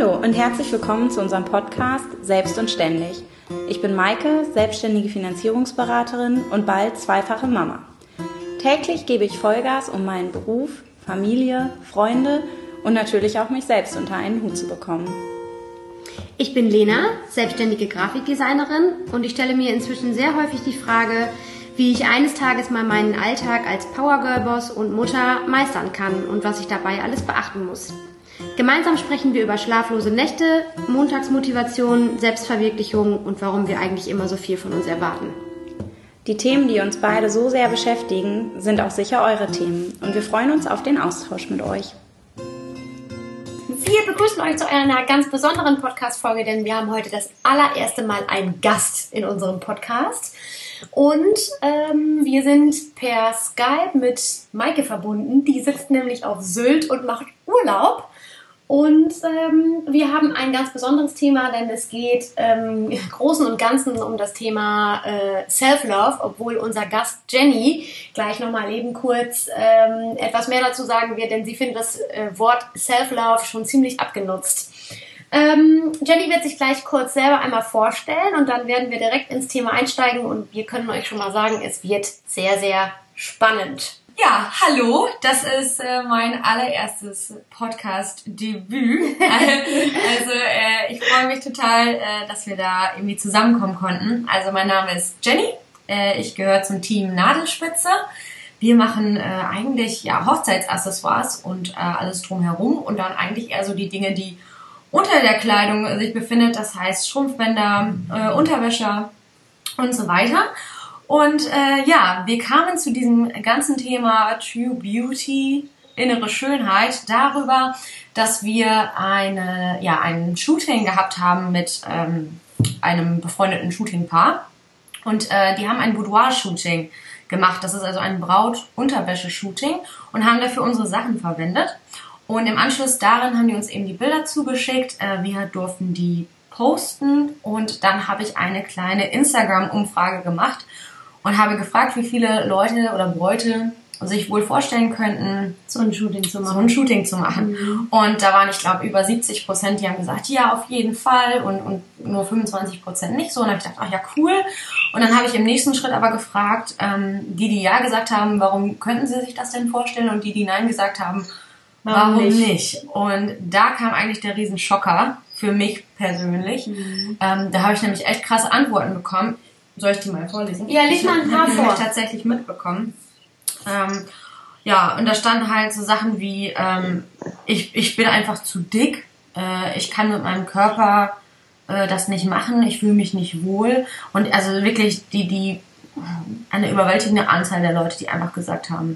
Hallo und herzlich willkommen zu unserem Podcast Selbst und Ständig. Ich bin Maike, selbstständige Finanzierungsberaterin und bald zweifache Mama. Täglich gebe ich Vollgas, um meinen Beruf, Familie, Freunde und natürlich auch mich selbst unter einen Hut zu bekommen. Ich bin Lena, selbstständige Grafikdesignerin und ich stelle mir inzwischen sehr häufig die Frage, wie ich eines Tages mal meinen Alltag als Powergirl-Boss und Mutter meistern kann und was ich dabei alles beachten muss. Gemeinsam sprechen wir über schlaflose Nächte, Montagsmotivation, Selbstverwirklichung und warum wir eigentlich immer so viel von uns erwarten. Die Themen, die uns beide so sehr beschäftigen, sind auch sicher eure Themen und wir freuen uns auf den Austausch mit euch. Wir begrüßen euch zu einer ganz besonderen Podcast-Folge, denn wir haben heute das allererste Mal einen Gast in unserem Podcast. Und wir sind per Skype mit Maike verbunden. Die sitzt nämlich auf Sylt und macht Urlaub. Und wir haben ein ganz besonderes Thema, denn es geht im Großen und Ganzen um das Thema Self-Love, obwohl unser Gast Jenny gleich nochmal eben kurz etwas mehr dazu sagen wird, denn sie findet das Wort Self-Love schon ziemlich abgenutzt. Jenny wird sich gleich kurz selber einmal vorstellen und dann werden wir direkt ins Thema einsteigen und wir können euch schon mal sagen, es wird sehr, sehr spannend. Ja, hallo, das ist mein allererstes Podcast-Debüt. Ich freue mich total, dass wir da irgendwie zusammenkommen konnten. Also mein Name ist Jenny, ich gehöre zum Team Nadelspitze. Wir machen eigentlich Hochzeitsaccessoires und alles drumherum und dann eigentlich eher so die Dinge, die unter der Kleidung sich befindet, das heißt Strumpfbänder, Unterwäsche und so weiter. Und wir kamen zu diesem ganzen Thema True Beauty, innere Schönheit, darüber, dass wir ein Shooting gehabt haben mit einem befreundeten Shootingpaar. Und die haben ein Boudoir-Shooting gemacht. Das ist also ein Braut-Unterwäsche-Shooting und haben dafür unsere Sachen verwendet. Und im Anschluss daran haben die uns eben die Bilder zugeschickt. Wir durften die posten und dann habe ich eine kleine Instagram-Umfrage gemacht und habe gefragt, wie viele Leute oder Bräute sich wohl vorstellen könnten, so ein Shooting zu machen. Mhm. Und da waren, ich glaube, über 70%, die haben gesagt, ja, auf jeden Fall und nur 25% nicht so. Und dann habe ich gedacht, ach ja, cool. Und dann habe ich im nächsten Schritt aber gefragt, die ja gesagt haben, warum könnten sie sich das denn vorstellen? Und die nein gesagt haben, warum nicht? Und da kam eigentlich der Riesenschocker für mich persönlich. Mhm. Da habe ich nämlich echt krasse Antworten bekommen. Soll ich die mal vorlesen? Ja, lies mal ein paar vor. Die habe ich tatsächlich mitbekommen. Und da standen halt so Sachen wie, ich bin einfach zu dick, ich kann mit meinem Körper das nicht machen, ich fühle mich nicht wohl. Und also wirklich eine überwältigende Anzahl der Leute, die einfach gesagt haben,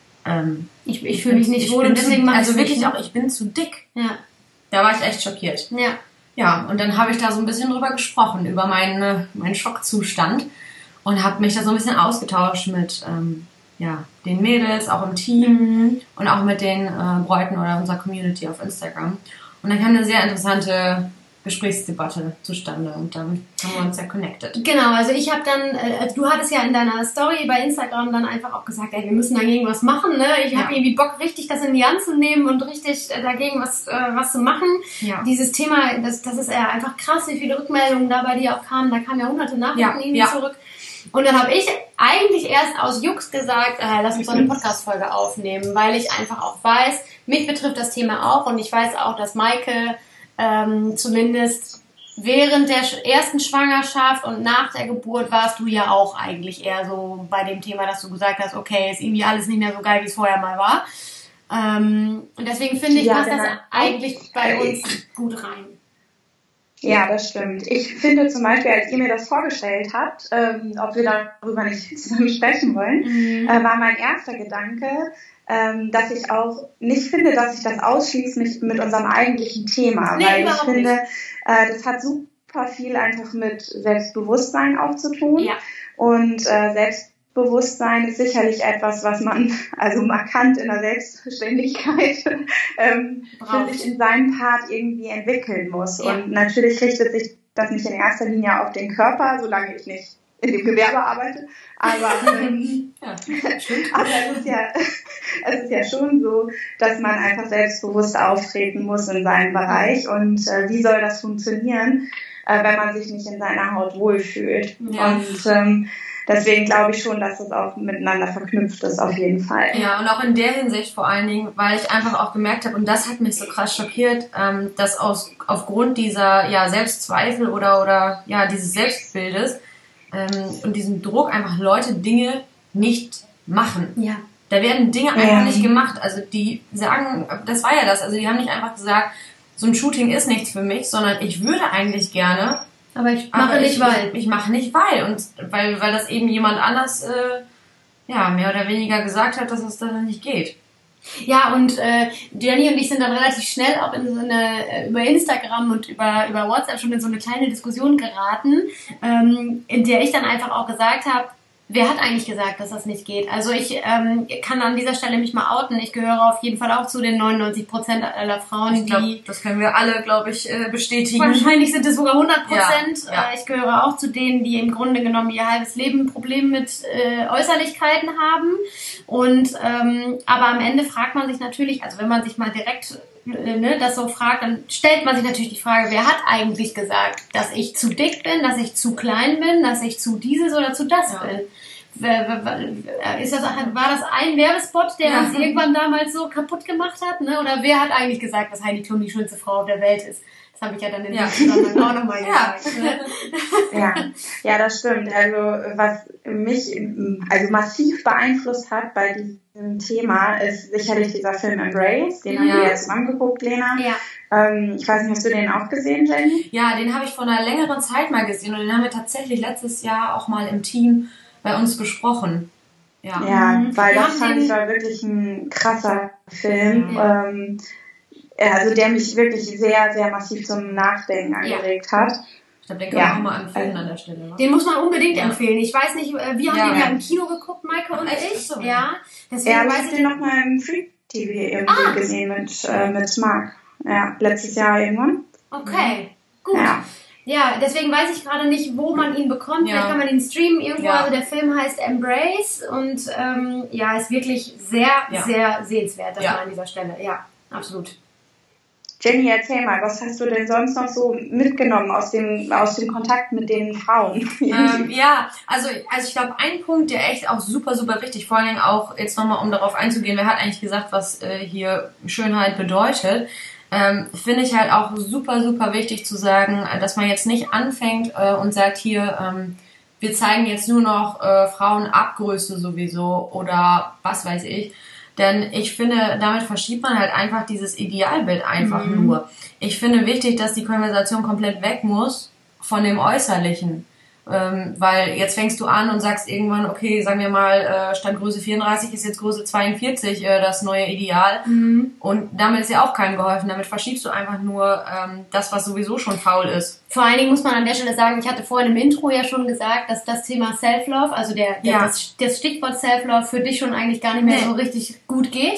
ich fühle mich nicht wohl und deswegen mache ich es nicht. Also wirklich auch, ich bin zu dick. Ja. Da war ich echt schockiert. Ja. Ja, und dann habe ich da so ein bisschen drüber gesprochen, über meinen Schockzustand und habe mich da so ein bisschen ausgetauscht mit den Mädels, auch im Team und auch mit den Bräuten oder unserer Community auf Instagram. Und dann kam eine sehr interessante Gesprächsdebatte zustande und dann haben wir uns ja connected. Genau, also ich habe dann, du hattest ja in deiner Story bei Instagram dann einfach auch gesagt, wir müssen dagegen was machen, ne? Ich habe irgendwie Bock, richtig das in die Hand zu nehmen und richtig dagegen was zu machen. Ja. Dieses Thema, das ist ja einfach krass, wie viele Rückmeldungen da bei dir auch kamen. Da kamen ja hunderte Nachrichten zurück. Und dann habe ich eigentlich erst aus Jux gesagt, lass uns so eine Podcast-Folge aufnehmen, weil ich einfach auch weiß, mich betrifft das Thema auch und ich weiß auch, dass Maike zumindest während der ersten Schwangerschaft und nach der Geburt warst du ja auch eigentlich eher so bei dem Thema, dass du gesagt hast, okay, ist irgendwie alles nicht mehr so geil, wie es vorher mal war. Und deswegen finde ich, passt das eigentlich bei uns gut rein. Ja, das stimmt. Ich finde zum Beispiel, als ihr mir das vorgestellt habt, ob wir darüber nicht zusammen sprechen wollen, war mein erster Gedanke, dass ich auch nicht finde, dass sich das ausschließt mit unserem eigentlichen Thema. Nee, weil ich finde, das hat super viel einfach mit Selbstbewusstsein auch zu tun. Ja. Und Selbstbewusstsein ist sicherlich etwas, was man also markant in der Selbstständigkeit finde ich in seinem Part irgendwie entwickeln muss. Ja. Und natürlich richtet sich das nicht in erster Linie auf den Körper, solange ich nicht in dem Gewerbe arbeite, aber, aber es ist ja schon so, dass man einfach selbstbewusst auftreten muss in seinem Bereich und wie soll das funktionieren, wenn man sich nicht in seiner Haut wohlfühlt. Ja. Und deswegen glaube ich schon, dass es auch miteinander verknüpft ist, auf jeden Fall. Ja, und auch in der Hinsicht vor allen Dingen, weil ich einfach auch gemerkt habe, und das hat mich so krass schockiert, dass aufgrund dieser Selbstzweifel oder dieses Selbstbildes und diesem Druck einfach Leute Dinge nicht machen. Ja. Da werden Dinge einfach nicht gemacht. Also die sagen, das war ja das, also die haben nicht einfach gesagt, so ein Shooting ist nichts für mich, sondern ich würde eigentlich gerne, aber ich mache nicht, weil. Ich mache nicht, weil. Und weil das eben jemand anders mehr oder weniger gesagt hat, dass es dann nicht geht. Ja, und Jenny und ich sind dann relativ schnell auch in so über Instagram und über WhatsApp schon in so eine kleine Diskussion geraten, in der ich dann einfach auch gesagt habe, wer hat eigentlich gesagt, dass das nicht geht? Also ich kann an dieser Stelle mich mal outen. Ich gehöre auf jeden Fall auch zu den 99% aller Frauen, das können wir alle, glaube ich, bestätigen. Wahrscheinlich sind es sogar 100%. Ja. Ich gehöre auch zu denen, die im Grunde genommen ihr halbes Leben ein Problem mit Äußerlichkeiten haben. Und aber am Ende fragt man sich natürlich, also wenn man sich mal direkt das so fragt, dann stellt man sich natürlich die Frage, wer hat eigentlich gesagt, dass ich zu dick bin, dass ich zu klein bin, dass ich zu dieses oder zu das bin? War das ein Werbespot, der uns irgendwann damals so kaputt gemacht hat? Ne? Oder wer hat eigentlich gesagt, dass Heidi Klum die schönste Frau auf der Welt ist? Das habe ich ja dann in dem Zusammenhang auch nochmal gesagt. Ne? Ja, das stimmt. Also was mich massiv beeinflusst hat bei diesem Thema ist sicherlich dieser Film Embrace. Den haben wir jetzt angeguckt, Lena. Ja. Ich weiß nicht, hast du den auch gesehen, Jenny? Ja, den habe ich vor einer längeren Zeit mal gesehen und den haben wir tatsächlich letztes Jahr auch mal im Team bei uns besprochen. Ja, weil das fand ich war wirklich ein krasser Film. Also der mich wirklich sehr, sehr massiv zum Nachdenken angeregt hat. Ich glaube, den kann man auch mal empfehlen an der Stelle. Ne? Den muss man unbedingt empfehlen. Ich weiß nicht, wir haben den ja im Kino geguckt, Maike und ich. So. Ja, deswegen weiß ich den nochmal im Free TV irgendwie gesehen mit Marc. Ja, letztes Jahr irgendwann. Okay, gut. Ja, deswegen weiß ich gerade nicht, wo man ihn bekommt. Vielleicht kann man ihn streamen irgendwo. Also der Film heißt Embrace und ist wirklich sehr, sehr sehenswert. Das mal an dieser Stelle. Ja, absolut. Jenny, erzähl mal, was hast du denn sonst noch so mitgenommen aus dem Kontakt mit den Frauen? Also ich glaube, ein Punkt, der echt auch super, super wichtig, vor allem auch jetzt nochmal, um darauf einzugehen, wer hat eigentlich gesagt, was hier Schönheit bedeutet, finde ich halt auch super, super wichtig zu sagen, dass man jetzt nicht anfängt und sagt, hier, wir zeigen jetzt nur noch Frauenabgröße sowieso oder was weiß ich. Denn ich finde, damit verschiebt man halt einfach dieses Idealbild einfach nur. Ich finde wichtig, dass die Konversation komplett weg muss von dem Äußerlichen. Weil jetzt fängst du an und sagst irgendwann, okay, sagen wir mal, statt Größe 34 ist jetzt Größe 42 das neue Ideal. Und damit ist ja auch keinem geholfen. Damit verschiebst du einfach nur das, was sowieso schon faul ist. Vor allen Dingen muss man an der Stelle sagen, ich hatte vorhin im Intro ja schon gesagt, dass das Thema Self-Love, also das Stichwort Self-Love für dich schon eigentlich gar nicht mehr so richtig gut geht.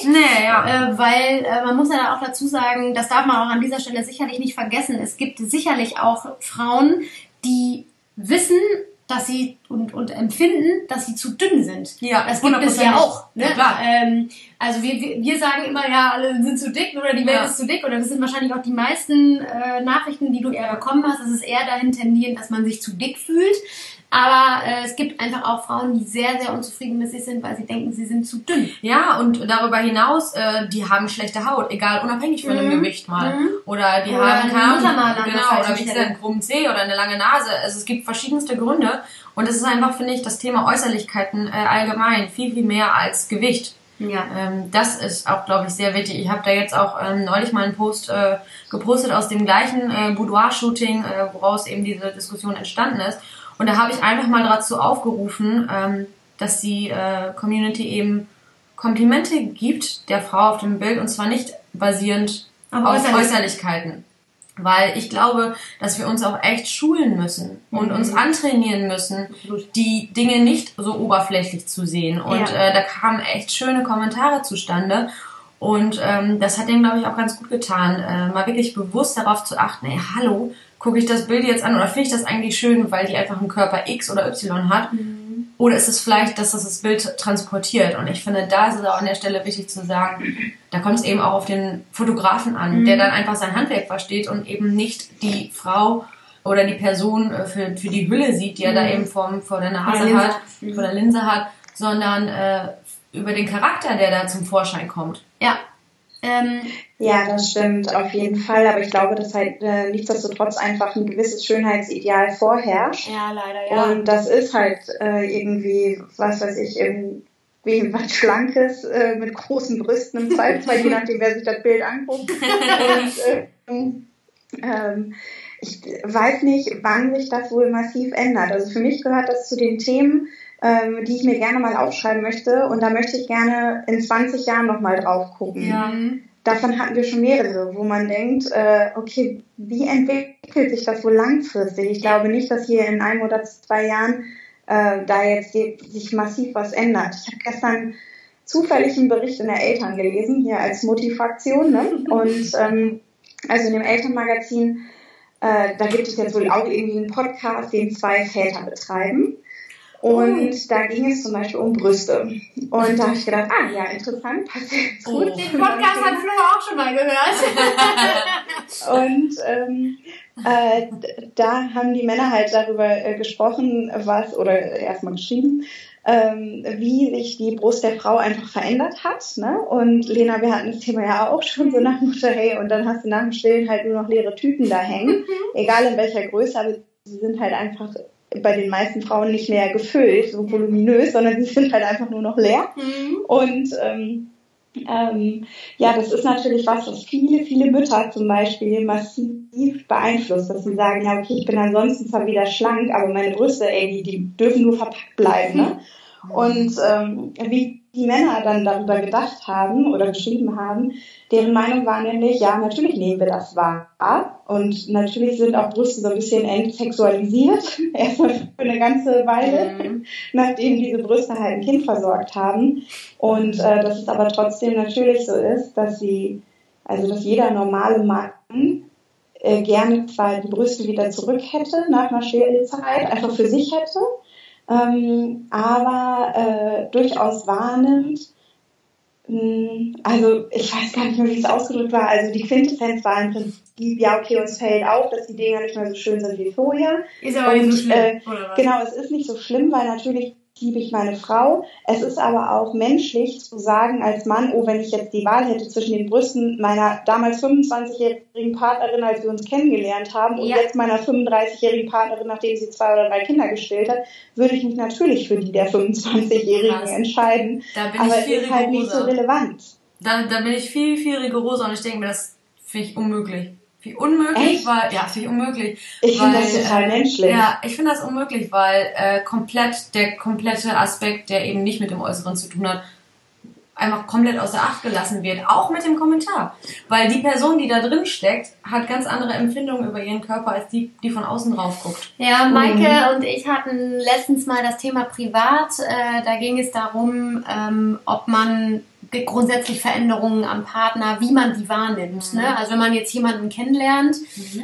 Weil man muss ja dann auch dazu sagen, das darf man auch an dieser Stelle sicherlich nicht vergessen, es gibt sicherlich auch Frauen, die wissen, dass sie und empfinden, dass sie zu dünn sind. Ja, das gibt es ja auch. Ne? Ja, klar. Also wir sagen immer, ja, alle sind zu dick oder die Welt ist zu dick oder das sind wahrscheinlich auch die meisten Nachrichten, die du eher bekommen hast. Es ist eher dahin tendieren, dass man sich zu dick fühlt. Aber es gibt einfach auch Frauen, die sehr, sehr unzufrieden mit sich sind, weil sie denken, sie sind zu dünn. Ja, und darüber hinaus, die haben schlechte Haut, egal, unabhängig von dem Gewicht mal. Oder die haben oder wie gesagt, einen krummen Zeh oder eine lange Nase. Also es gibt verschiedenste Gründe. Und es ist einfach, finde ich, das Thema Äußerlichkeiten allgemein viel, viel mehr als Gewicht. Ja. Das ist auch, glaube ich, sehr wichtig. Ich habe da jetzt auch neulich mal einen Post gepostet aus dem gleichen Boudoir-Shooting, woraus eben diese Diskussion entstanden ist. Und da habe ich einfach mal dazu aufgerufen, dass die Community eben Komplimente gibt der Frau auf dem Bild und zwar nicht basierend auf Äußerlichkeiten. Weil ich glaube, dass wir uns auch echt schulen müssen und uns antrainieren müssen, die Dinge nicht so oberflächlich zu sehen. Und da kamen echt schöne Kommentare zustande. Und das hat denen, glaube ich, auch ganz gut getan, mal wirklich bewusst darauf zu achten, ey, hallo, gucke ich das Bild jetzt an oder finde ich das eigentlich schön, weil die einfach einen Körper X oder Y hat? Oder ist es vielleicht, dass das Bild transportiert? Und ich finde, da ist es auch an der Stelle wichtig zu sagen, da kommt es eben auch auf den Fotografen an, der dann einfach sein Handwerk versteht und eben nicht die Frau oder die Person für die Hülle sieht, die er da eben vor der Nase hat, vor der Linse hat, sondern über den Charakter, der da zum Vorschein kommt. Ja. Ja, das stimmt auf jeden Fall, aber ich glaube, dass halt nichtsdestotrotz einfach ein gewisses Schönheitsideal vorherrscht. Ja, leider, ja. Und das ist halt irgendwie, was weiß ich, irgendwie was Schlankes mit großen Brüsten im Zweifelsfall, je nachdem, wer sich das Bild anguckt. Und ich weiß nicht, wann sich das wohl massiv ändert. Also für mich gehört das zu den Themen, die ich mir gerne mal aufschreiben möchte. Und da möchte ich gerne in 20 Jahren nochmal drauf gucken. Ja. Davon hatten wir schon mehrere, wo man denkt, okay, wie entwickelt sich das wohl langfristig? Ich glaube nicht, dass hier in 1 oder 2 Jahren da jetzt sich massiv was ändert. Ich habe gestern zufällig einen Bericht in der Eltern gelesen, hier als Motivation. Ne? Und also in dem Elternmagazin, da gibt es jetzt wohl auch irgendwie einen Podcast, den 2 Väter betreiben. Und da ging es zum Beispiel um Brüste. Und da habe ich gedacht, ja, interessant, passt jetzt gut. Den Podcast hat Flo auch schon mal gehört. Und da haben die Männer halt darüber gesprochen, erstmal geschrieben, wie sich die Brust der Frau einfach verändert hat. Ne? Und Lena, wir hatten das Thema ja auch schon so nach dem Motto, hey, und dann hast du nach dem Stillen halt nur noch leere Tüten da hängen, egal in welcher Größe, aber sie sind halt einfach bei den meisten Frauen nicht mehr gefüllt, so voluminös, sondern sie sind halt einfach nur noch leer. Und ja, das ist natürlich was viele Mütter zum Beispiel massiv beeinflusst, dass sie sagen, ja okay, ich bin ansonsten zwar wieder schlank, aber meine Brüste, die dürfen nur verpackt bleiben. Ne? Und wie die Männer dann darüber gedacht haben oder geschrieben haben, deren Meinung war nämlich, ja, natürlich nehmen wir das wahr und natürlich sind auch Brüste so ein bisschen entsexualisiert, erstmal für eine ganze Weile, nachdem diese Brüste halt ein Kind versorgt haben und dass es aber trotzdem natürlich so ist, dass jeder normale Mann gerne zwar die Brüste wieder zurück hätte nach einer Stillzeit, einfach für sich hätte, aber durchaus wahrnimmt, also ich weiß gar nicht mehr, wie es ausgedrückt war, also die Quintessenz war im Prinzip, ja okay, uns fällt auf, dass die Dinger nicht mehr so schön sind wie vorher. Ist aber nicht so schlimm, oder was? Genau, es ist nicht so schlimm, weil natürlich liebe ich meine Frau. Es ist aber auch menschlich zu sagen als Mann, oh, wenn ich jetzt die Wahl hätte zwischen den Brüsten meiner damals 25-jährigen Partnerin, als wir uns kennengelernt haben, und jetzt meiner 35-jährigen Partnerin, nachdem sie 2 oder 3 Kinder gestillt hat, würde ich mich natürlich für die der 25-Jährigen entscheiden. Da bin aber ich viel es ist halt nicht so relevant. Da bin ich viel rigoroser und ich denke mir, das finde ich unmöglich. Wie unmöglich, weil, finde ich unmöglich. Ich finde das total menschlich. Ja, ich finde das unmöglich, weil der komplette Aspekt, der eben nicht mit dem Äußeren zu tun hat, einfach komplett außer Acht gelassen wird, auch mit dem Kommentar. Weil die Person, die da drin steckt, hat ganz andere Empfindungen über ihren Körper, als die von außen drauf guckt. Ja, Maike und ich hatten letztens mal das Thema privat. Da ging es darum, ob man grundsätzlich Veränderungen am Partner, wie man die wahrnimmt. Ne? Also wenn man jetzt jemanden kennenlernt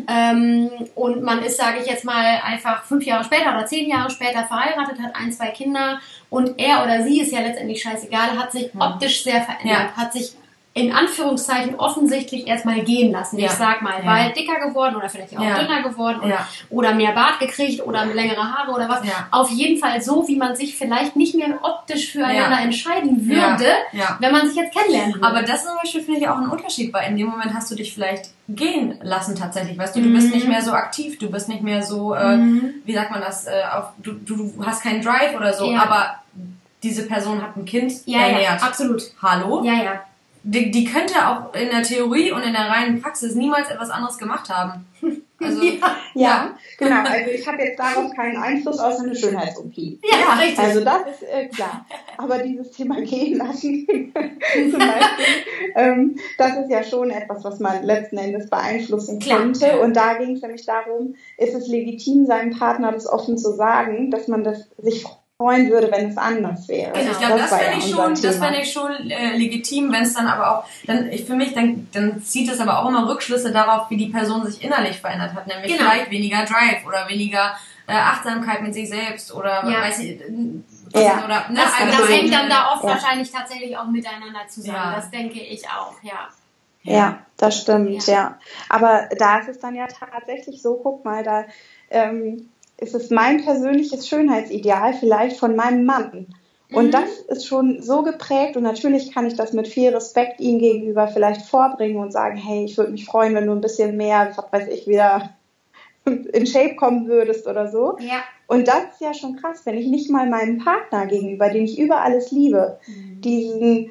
und man ist, sage ich jetzt mal, einfach 5 Jahre später oder 10 Jahre später verheiratet, hat 1, 2 Kinder und er oder sie, ist ja letztendlich scheißegal, hat sich optisch sehr verändert, hat sich in Anführungszeichen offensichtlich erstmal gehen lassen. Ich sag mal, weil dicker geworden oder vielleicht auch dünner geworden oder mehr Bart gekriegt oder längere Haare oder was. Ja. Auf jeden Fall so, wie man sich vielleicht nicht mehr optisch füreinander entscheiden würde, wenn man sich jetzt kennenlernen würde. Aber das zum Beispiel finde ich auch ein Unterschied, weil in dem Moment hast du dich vielleicht gehen lassen tatsächlich. Weißt du, du bist nicht mehr so aktiv, du bist nicht mehr so, wie sagt man das, du hast keinen Drive oder so, aber diese Person hat ein Kind ernährt. Ja, absolut. Hallo? Ja, ja. Die könnte auch in der Theorie und in der reinen Praxis niemals etwas anderes gemacht haben. Also, ja, genau. Also ich habe jetzt darauf keinen Einfluss außer eine Schönheits-OP. Ja, richtig. Also das ist klar. Aber dieses Thema gehen lassen zum Beispiel, das ist ja schon etwas, was man letzten Endes beeinflussen könnte. Und da ging es nämlich darum, ist es legitim, seinem Partner das offen zu sagen, dass man das sich freuen würde, wenn es anders wäre. Also ich glaube, das fände ich schon legitim, wenn es dann aber auch, dann zieht es aber auch immer Rückschlüsse darauf, wie die Person sich innerlich verändert hat, nämlich vielleicht weniger Drive oder weniger Achtsamkeit mit sich selbst oder weiß ich, oder das hängt dann da oft wahrscheinlich tatsächlich auch miteinander zusammen. Das denke ich auch, Ja, das stimmt, ja. Aber da ist es dann ja tatsächlich so, guck mal, da ist es mein persönliches Schönheitsideal vielleicht von meinem Mann. Und das ist schon so geprägt und natürlich kann ich das mit viel Respekt ihm gegenüber vielleicht vorbringen und sagen, hey, ich würde mich freuen, wenn du ein bisschen mehr, was weiß ich, wieder in Shape kommen würdest oder so. Ja. Und das ist ja schon krass, wenn ich nicht mal meinem Partner gegenüber, den ich über alles liebe, diese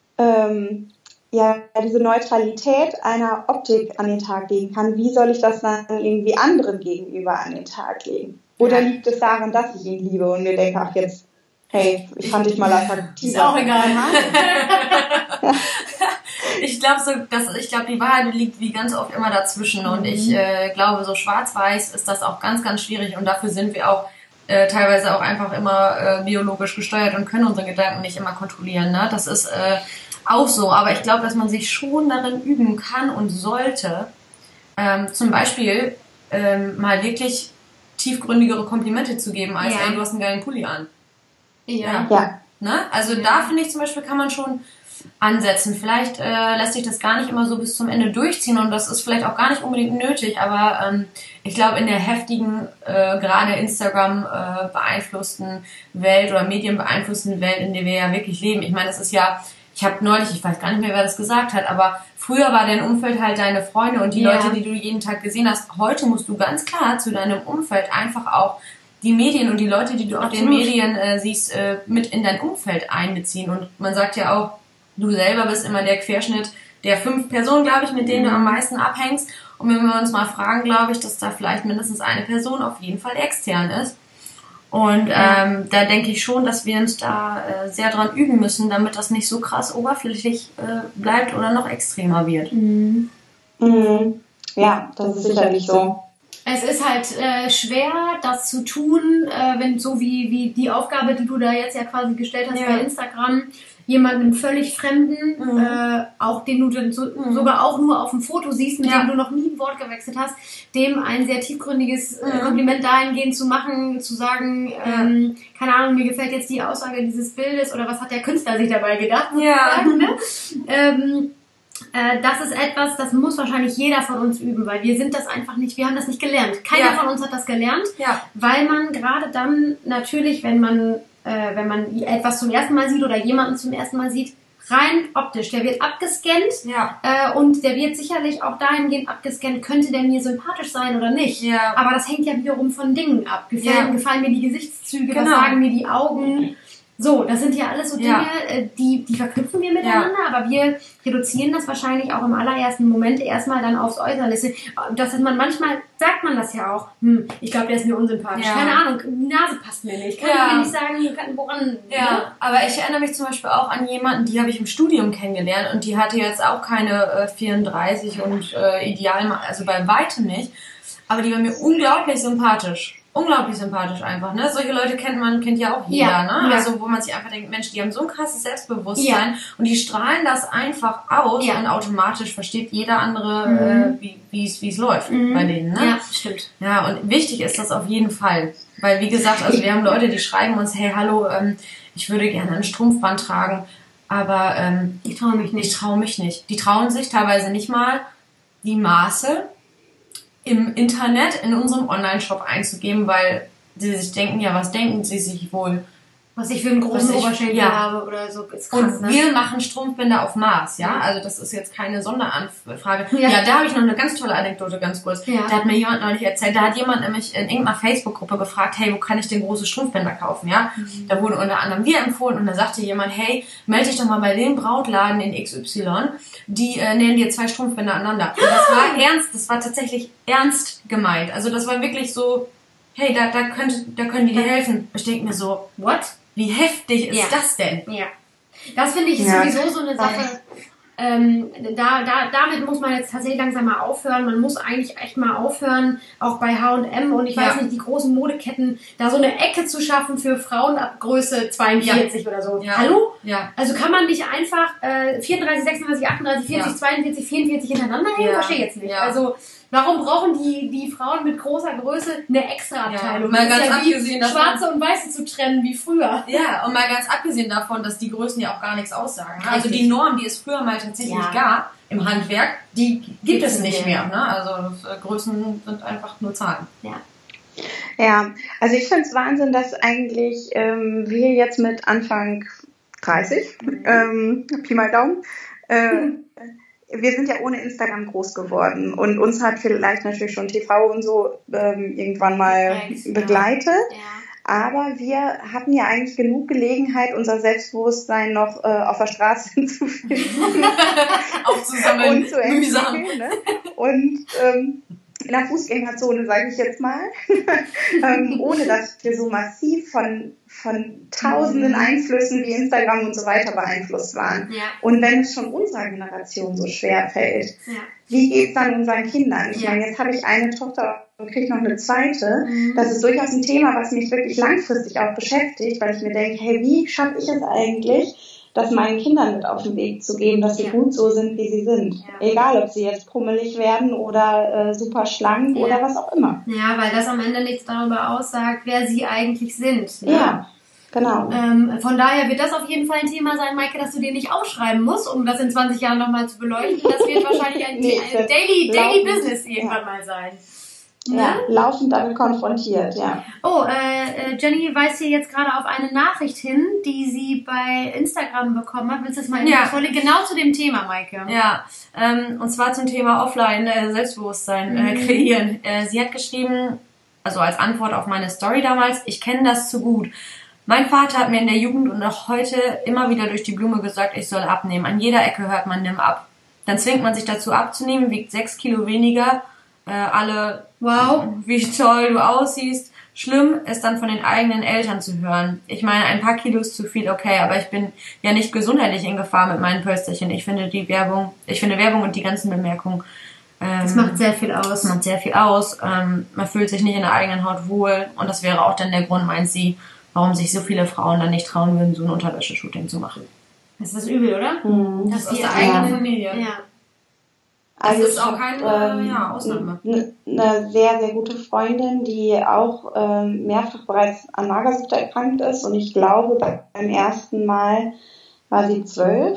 Neutralität einer Optik an den Tag legen kann, wie soll ich das dann irgendwie anderen gegenüber an den Tag legen? Oder liegt es daran, dass ich ihn liebe und mir denke, ach jetzt, hey, ich fand dich mal attraktiv. Ist auch egal. Ich glaube, die Wahrheit liegt wie ganz oft immer dazwischen und ich glaube, so schwarz-weiß ist das auch ganz, ganz schwierig und dafür sind wir auch teilweise auch einfach immer biologisch gesteuert und können unsere Gedanken nicht immer kontrollieren. Ne? Das ist auch so, aber ich glaube, dass man sich schon darin üben kann und sollte, zum Beispiel mal wirklich tiefgründigere Komplimente zu geben, als ey, du hast einen geilen Pulli an. Ja. Ne? Also da finde ich zum Beispiel, kann man schon ansetzen. Vielleicht lässt sich das gar nicht immer so bis zum Ende durchziehen und das ist vielleicht auch gar nicht unbedingt nötig, aber ich glaube, in der heftigen, gerade Instagram beeinflussten Welt oder Medien beeinflussten Welt, in der wir ja wirklich leben, ich meine, das ist ja, ich habe neulich, ich weiß gar nicht mehr, wer das gesagt hat, aber früher war dein Umfeld halt deine Freunde und die Leute, die du jeden Tag gesehen hast. Heute musst du ganz klar zu deinem Umfeld einfach auch die Medien und die Leute, die du auf den Medien siehst, mit in dein Umfeld einbeziehen. Und man sagt ja auch, du selber bist immer der Querschnitt der 5 Personen, glaube ich, mit denen du am meisten abhängst. Und wenn wir uns mal fragen, glaube ich, dass da vielleicht mindestens eine Person auf jeden Fall extern ist. Und da denke ich schon, dass wir uns da sehr dran üben müssen, damit das nicht so krass oberflächlich bleibt oder noch extremer wird. Ja, das ist sicherlich so. Es ist halt schwer, das zu tun, wenn so wie die Aufgabe, die du da jetzt ja quasi gestellt hast bei Instagram, jemanden völlig Fremden, auch den du dann sogar auch nur auf dem Foto siehst, mit dem du noch nie ein Wort gewechselt hast, dem ein sehr tiefgründiges Kompliment dahingehend zu machen, zu sagen, keine Ahnung, mir gefällt jetzt die Aussage dieses Bildes oder was hat der Künstler sich dabei gedacht? Das ist etwas, das muss wahrscheinlich jeder von uns üben, weil wir sind das einfach nicht, wir haben das nicht gelernt. Keiner von uns hat das gelernt, weil man gerade dann natürlich, wenn man etwas zum ersten Mal sieht oder jemanden zum ersten Mal sieht, rein optisch, der wird abgescannt und der wird sicherlich auch dahingehend abgescannt, könnte der mir sympathisch sein oder nicht. Aber das hängt ja wiederum von Dingen ab. Gefallen mir die Gesichtszüge, was sagen mir die Augen? So, das sind ja alles so Dinge, die verknüpfen wir miteinander, aber wir reduzieren das wahrscheinlich auch im allerersten Moment erstmal dann aufs Äußerliche. Das ist manchmal sagt man das ja auch, ich glaube, der ist mir unsympathisch. Keine Ahnung, die Nase passt mir nicht. Kann ich mir nicht sagen, woran. Aber ich erinnere mich zum Beispiel auch an jemanden, die habe ich im Studium kennengelernt und die hatte jetzt auch keine 34 und ideal, also bei weitem nicht, aber die war mir unglaublich sympathisch. Unglaublich sympathisch einfach, ne? Solche Leute kennt ja auch jeder, ne? Also wo man sich einfach denkt, Mensch, die haben so ein krasses Selbstbewusstsein und die strahlen das einfach aus und automatisch versteht jeder andere, wie es läuft bei denen, ne? Ja, stimmt. Ja, und wichtig ist das auf jeden Fall, weil wie gesagt, also wir haben Leute, die schreiben uns, hey, hallo, ich würde gerne ein Strumpfband tragen, aber ich traue mich nicht. Die trauen sich teilweise nicht mal die Maße im Internet in unserem Online-Shop einzugeben, weil sie sich denken, ja, was denken sie sich wohl? Was ich für einen großen Oberschenkel habe oder so. Ist krass, und wir machen Strumpfbänder auf Maß, ja? Also das ist jetzt keine Sonderanfrage. Ja, da habe ich noch eine ganz tolle Anekdote, ganz kurz. Da hat mir jemand neulich erzählt, da hat jemand nämlich in irgendeiner Facebook-Gruppe gefragt, hey, wo kann ich denn große Strumpfbänder kaufen, ja? Da wurden unter anderem wir empfohlen und da sagte jemand, hey, melde dich doch mal bei dem Brautladen in XY, die nähen dir 2 Strumpfbänder aneinander. Und das war ernst, das war tatsächlich ernst gemeint. Also das war wirklich so, hey, da können die dir helfen. Ich denke mir so, what? Wie heftig ist das denn? Ja. Das finde ich sowieso so eine Sache. damit muss man jetzt tatsächlich langsam mal aufhören. Man muss eigentlich echt mal aufhören, auch bei H&M und ich weiß nicht, die großen Modeketten, da so eine Ecke zu schaffen für Frauen ab Größe 42 oder so. Ja. Hallo? Ja. Also kann man nicht einfach 34, 36, 38, 40, 42, 44 hintereinander nehmen? Verstehe ich jetzt nicht. Also warum brauchen die Frauen mit großer Größe eine extra Abteilung? Mal ganz abgesehen davon, Schwarze und Weiße zu trennen wie früher. Ja, und mal ganz abgesehen davon, dass die Größen ja auch gar nichts aussagen. Also die Norm, die es früher mal tatsächlich gab im Handwerk, die gibt es nicht mehr. Ne? Also Größen sind einfach nur Zahlen. Ja, also ich finde es Wahnsinn, dass eigentlich wir jetzt mit Anfang 30, Pi mal Daumen, wir sind ja ohne Instagram groß geworden und uns hat vielleicht natürlich schon TV und so irgendwann mal begleitet. Ja. Aber wir hatten ja eigentlich genug Gelegenheit, unser Selbstbewusstsein noch auf der Straße hinzufügen. Aufzusammeln, und zu entwickeln. Ne? Und in der Fußgängerzone, sage ich jetzt mal, ohne dass wir so massiv von tausenden Einflüssen wie Instagram und so weiter beeinflusst waren. Ja. Und wenn es schon unserer Generation so schwer fällt, wie geht es dann unseren Kindern? Ich meine, jetzt habe ich eine Tochter und kriege noch eine zweite. Das ist durchaus ein Thema, was mich wirklich langfristig auch beschäftigt, weil ich mir denke, hey, wie schaffe ich es eigentlich, das meinen Kindern mit auf den Weg zu geben, dass sie gut so sind, wie sie sind. Ja. Egal, ob sie jetzt pummelig werden oder super schlank oder was auch immer. Ja, weil das am Ende nichts darüber aussagt, wer sie eigentlich sind. Ne? Ja, genau. Von daher wird das auf jeden Fall ein Thema sein, Maike, dass du dir nicht aufschreiben musst, um das in 20 Jahren nochmal zu beleuchten. Das wird wahrscheinlich ein Daily Business irgendwann mal sein. Ja, laufend damit konfrontiert, Oh, Jenny weist hier jetzt gerade auf eine Nachricht hin, die sie bei Instagram bekommen hat. Willst du das mal vorlesen? Genau zu dem Thema, Maike. Ja, und zwar zum Thema Offline Selbstbewusstsein kreieren. Sie hat geschrieben, also als Antwort auf meine Story damals, ich kenne das zu gut. Mein Vater hat mir in der Jugend und auch heute immer wieder durch die Blume gesagt, ich soll abnehmen. An jeder Ecke hört man, nimm ab. Dann zwingt man sich dazu abzunehmen, wiegt 6 Kilo weniger, alle, wow, wie toll du aussiehst. Schlimm ist dann von den eigenen Eltern zu hören. Ich meine, ein paar Kilos zu viel, okay, aber ich bin ja nicht gesundheitlich in Gefahr mit meinen Pölsterchen. Ich finde Werbung und die ganzen Bemerkungen, das macht sehr viel aus. Man fühlt sich nicht in der eigenen Haut wohl und das wäre auch dann der Grund, meint sie, warum sich so viele Frauen dann nicht trauen würden, so ein Unterwäsche-Shooting zu machen. Das ist übel, oder? Das ist aus der eigenen Familie. Ja. Das ist auch keine Ausnahme. Eine sehr, sehr gute Freundin, die auch mehrfach bereits an Magersucht erkrankt ist. Und ich glaube, beim ersten Mal war sie 12,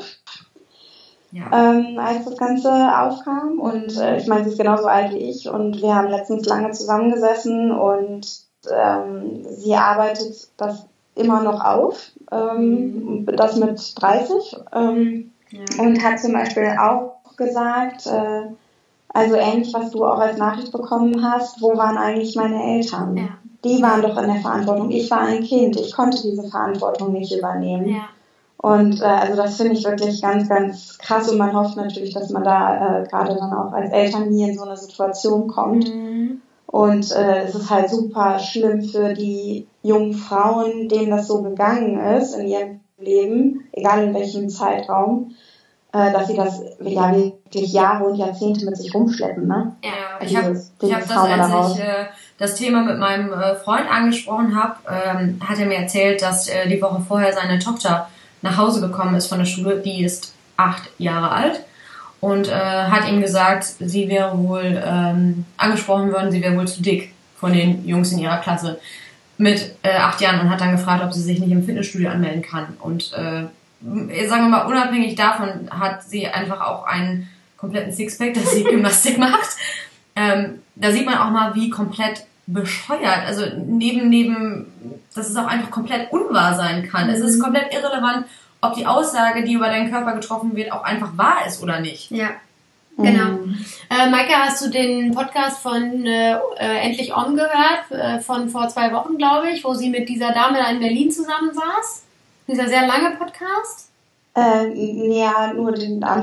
als das Ganze aufkam. Und ich meine, sie ist genauso alt wie ich. Und wir haben letztens lange zusammengesessen. Und sie arbeitet das immer noch auf. Das mit 30. Und hat zum Beispiel auch gesagt, also ähnlich, was du auch als Nachricht bekommen hast, wo waren eigentlich meine Eltern? Ja. Die waren doch in der Verantwortung. Ich war ein Kind, ich konnte diese Verantwortung nicht übernehmen. Ja. Und also das finde ich wirklich ganz, ganz krass und man hofft natürlich, dass man da gerade dann auch als Eltern nie in so eine Situation kommt. Und es ist halt super schlimm für die jungen Frauen, denen das so gegangen ist in ihrem Leben, egal in welchem Zeitraum, dass sie das wirklich Jahre und Jahrzehnte mit sich rumschleppen, ne? Ja, ich hab das, als ich das Thema mit meinem Freund angesprochen habe, hat er mir erzählt, dass die Woche vorher seine Tochter nach Hause gekommen ist von der Schule, die ist 8 Jahre alt und hat ihm gesagt, sie wäre wohl angesprochen worden, sie wäre wohl zu dick von den Jungs in ihrer Klasse mit 8 Jahren und hat dann gefragt, ob sie sich nicht im Fitnessstudio anmelden kann und sagen wir mal, unabhängig davon hat sie einfach auch einen kompletten Sixpack, dass sie Gymnastik macht. Da sieht man auch mal, wie komplett bescheuert, also neben, dass es auch einfach komplett unwahr sein kann. Es ist komplett irrelevant, ob die Aussage, die über deinen Körper getroffen wird, auch einfach wahr ist oder nicht. Ja, genau. Maike, hast du den Podcast von Endlich On gehört, von vor 2 Wochen, glaube ich, wo sie mit dieser Dame da in Berlin zusammen saß? Dieser sehr lange Podcast? Ja, nur den Anfang.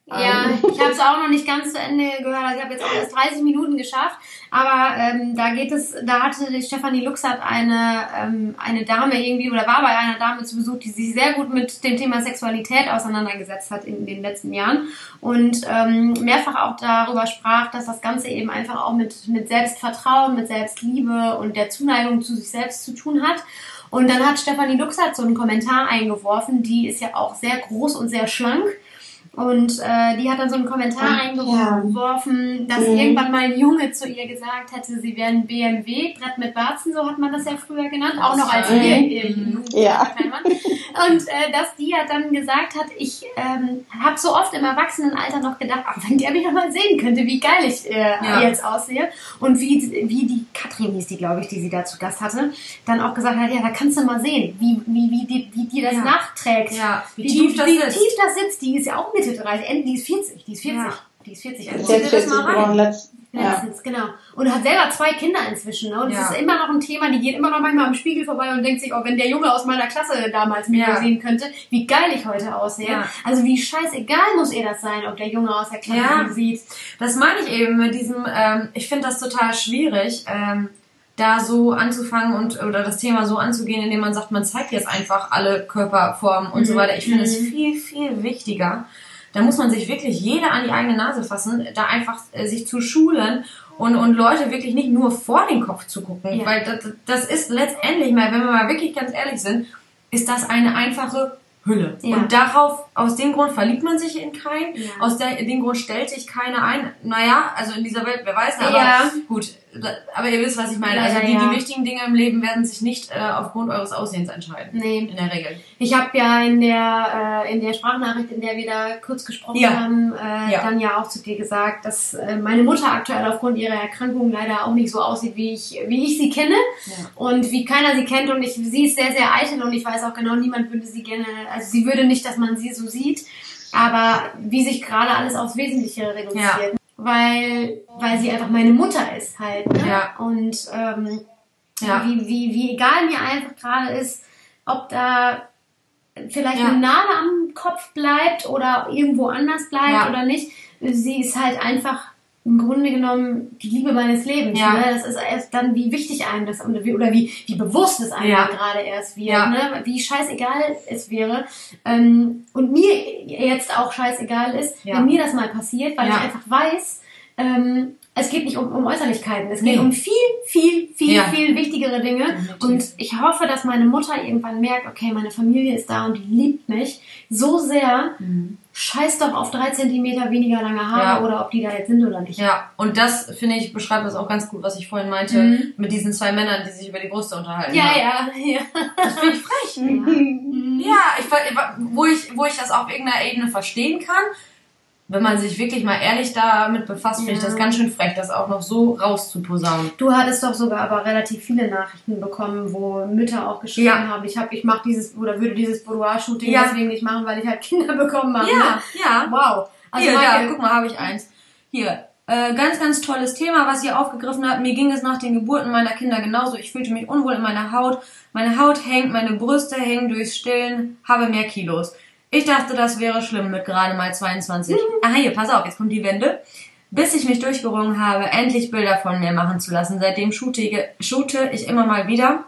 Ja, ich habe es auch noch nicht ganz zu Ende gehört. Also ich habe jetzt auch erst 30 Minuten geschafft. Aber da hatte die Stefanie Luxert eine Dame irgendwie oder war bei einer Dame zu Besuch, die sich sehr gut mit dem Thema Sexualität auseinandergesetzt hat in den letzten Jahren und mehrfach auch darüber sprach, dass das Ganze eben einfach auch mit Selbstvertrauen, mit Selbstliebe und der Zuneigung zu sich selbst zu tun hat. Und dann hat Stefanie Luxert so einen Kommentar eingeworfen, die ist ja auch sehr groß und sehr schlank. Und die hat dann so einen Kommentar eingeworfen, dass irgendwann mal ein Junge zu ihr gesagt hätte, sie wäre ein BMW, Brett mit Warzen, so hat man das ja früher genannt, auch noch als ihr Und dass die ja dann gesagt hat, ich habe so oft im Erwachsenenalter noch gedacht, ach, wenn der mich noch mal sehen könnte, wie geil ich jetzt aussehe. Und wie die Katrin hieß die, glaube ich, die sie da zu Gast hatte, dann auch gesagt hat, ja, da kannst du mal sehen, wie die das nachträgt. Ja, wie tief das sitzt. Die ist ja auch Mitte 30, die ist 40. Die ist 40. Also jetzt das mal rein. Letztens, genau. Und hat selber 2 Kinder inzwischen. Ne? Und es ist immer noch ein Thema, die geht immer noch manchmal am Spiegel vorbei und denkt sich, oh, wenn der Junge aus meiner Klasse damals mich sehen könnte, wie geil ich heute aussehe. Ja. Also wie scheißegal muss ihr das sein, ob der Junge aus der Klasse sieht. Das meine ich eben mit diesem, ich finde das total schwierig, da so anzufangen oder das Thema so anzugehen, indem man sagt, man zeigt jetzt einfach alle Körperformen und so weiter. Ich finde es viel, viel wichtiger. Da muss man sich wirklich jeder an die eigene Nase fassen, da einfach sich zu schulen und Leute wirklich nicht nur vor den Kopf zu gucken. Ja. Weil das ist letztendlich mal, wenn wir mal wirklich ganz ehrlich sind, ist das eine einfache Hülle. Ja. Und aus dem Grund verliebt man sich in keinen, aus dem Grund stellt sich keiner ein. Naja, also in dieser Welt, wer weiß, aber gut. Aber ihr wisst, was ich meine. Also die wichtigen Dinge im Leben werden sich nicht aufgrund eures Aussehens entscheiden. Nee. In der Regel. Ich habe ja in der Sprachnachricht, in der wir da kurz gesprochen haben, dann ja auch zu dir gesagt, dass meine Mutter aktuell aufgrund ihrer Erkrankung leider auch nicht so aussieht, wie ich sie kenne und wie keiner sie kennt. Und sie ist sehr, sehr eitel und ich weiß auch genau, niemand würde sie gerne, also sie würde nicht, dass man sie so sieht, aber wie sich gerade alles aufs Wesentliche reduziert. Ja. Weil sie einfach meine Mutter ist halt. Ne? Ja. Und wie egal mir einfach gerade ist, ob da vielleicht eine Nadel am Kopf bleibt oder irgendwo anders bleibt oder nicht. Sie ist halt einfach im Grunde genommen die Liebe meines Lebens. Ja. Ne? Das ist erst dann, wie wichtig einem das oder wie bewusst es einem gerade erst wird. Ja. Ne? Wie scheißegal es wäre. Und mir jetzt auch scheißegal ist, wenn mir das mal passiert, weil ich einfach weiß, es geht nicht um Äußerlichkeiten. Es geht um viel, viel, viel, viel wichtigere Dinge. Und ich hoffe, dass meine Mutter irgendwann merkt, okay, meine Familie ist da und die liebt mich so sehr. Scheiß doch auf 3 Zentimeter weniger lange Haare oder ob die da jetzt sind oder nicht. Ja, und das, finde ich, beschreibt das auch ganz gut, was ich vorhin meinte, mit diesen 2 Männern, die sich über die Brüste unterhalten haben. Ja. Das finde ich frech. Wo ich das auf irgendeiner Ebene verstehen kann, wenn man sich wirklich mal ehrlich damit befasst, finde ich das ganz schön frech, das auch noch so rauszuposaunen. Du hattest doch sogar aber relativ viele Nachrichten bekommen, wo Mütter auch geschrieben haben, ich mache dieses oder würde dieses Boudoir-Shooting deswegen nicht machen, weil ich halt Kinder bekommen habe. Ja. Wow. Also guck mal, habe ich eins. Hier, ganz, ganz tolles Thema, was ihr aufgegriffen habt. Mir ging es nach den Geburten meiner Kinder genauso. Ich fühlte mich unwohl in meiner Haut. Meine Haut hängt, meine Brüste hängen durchs Stillen, habe mehr Kilos. Ich dachte, das wäre schlimm mit gerade mal 22. Aha, hier, pass auf, jetzt kommt die Wende. Bis ich mich durchgerungen habe, endlich Bilder von mir machen zu lassen. Seitdem shoote ich immer mal wieder.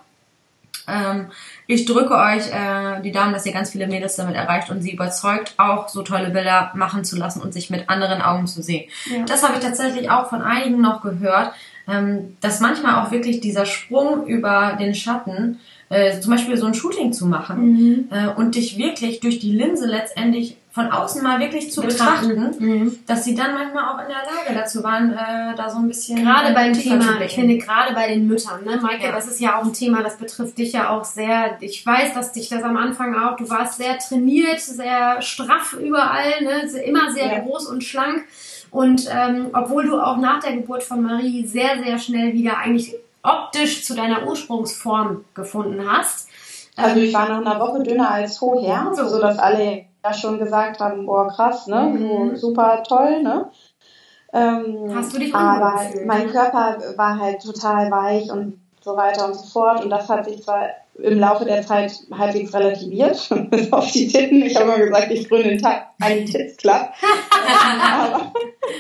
Ich drücke euch die Daumen, dass ihr ganz viele Mädels damit erreicht und sie überzeugt, auch so tolle Bilder machen zu lassen und sich mit anderen Augen zu sehen. Ja. Das habe ich tatsächlich auch von einigen noch gehört, dass manchmal auch wirklich dieser Sprung über den Schatten, zum Beispiel so ein Shooting zu machen und dich wirklich durch die Linse letztendlich von außen mal wirklich zu betrachten, dass sie dann manchmal auch in der Lage dazu waren, da so ein bisschen gerade beim Thema, ich finde gerade bei den Müttern, ne, Maike, das ist ja auch ein Thema, das betrifft dich ja auch sehr. Ich weiß, dass dich das am Anfang auch, du warst sehr trainiert, sehr straff überall, ne, immer sehr groß und schlank und obwohl du auch nach der Geburt von Marie sehr, sehr schnell wieder eigentlich optisch zu deiner Ursprungsform gefunden hast. Also ich war nach einer Woche dünner als vorher, so dass alle ja schon gesagt haben, boah krass, ne, so super toll, ne. Hast du dich aber mein Körper war halt total weich und so weiter und so fort. Und das hat sich zwar im Laufe der Zeit halbwegs relativiert, bis auf die Titten. Ich habe immer gesagt, ich gründe einen Tits Club. Aber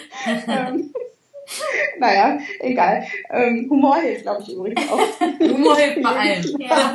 naja, egal. Humor hilft, glaube ich, übrigens auch. Humor hilft bei allem.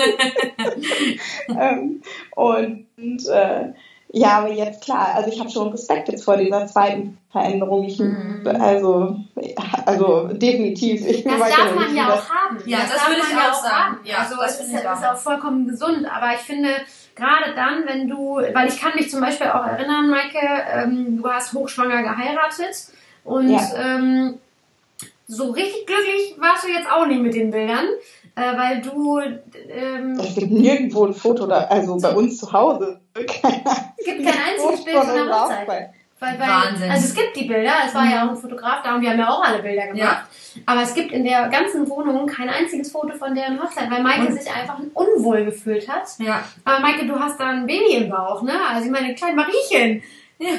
Ja. Ja, aber jetzt klar, also ich habe schon Respekt jetzt vor dieser zweiten Veränderung. Also definitiv. Das darf man ja auch haben. Ja, das würde ich auch sagen. Ja, also es ist auch vollkommen gesund. Aber ich finde, gerade dann, wenn du, weil ich kann mich zum Beispiel auch erinnern, Maike, du hast hochschwanger geheiratet und so richtig glücklich warst du jetzt auch nicht mit den Bildern. Weil du... es gibt nirgendwo ein Foto, also bei uns zu Hause. Es gibt kein einziges Bild von der Hochzeit. Wahnsinn. Also es gibt die Bilder, es war ja auch ein Fotograf da und wir haben ja auch alle Bilder gemacht. Ja. Aber es gibt in der ganzen Wohnung kein einziges Foto von deren Hochzeit, weil Maike sich einfach unwohl gefühlt hat. Ja. Aber Maike, du hast da ein Baby im Bauch, ne? Also ich meine, kleine Mariechen. Ja.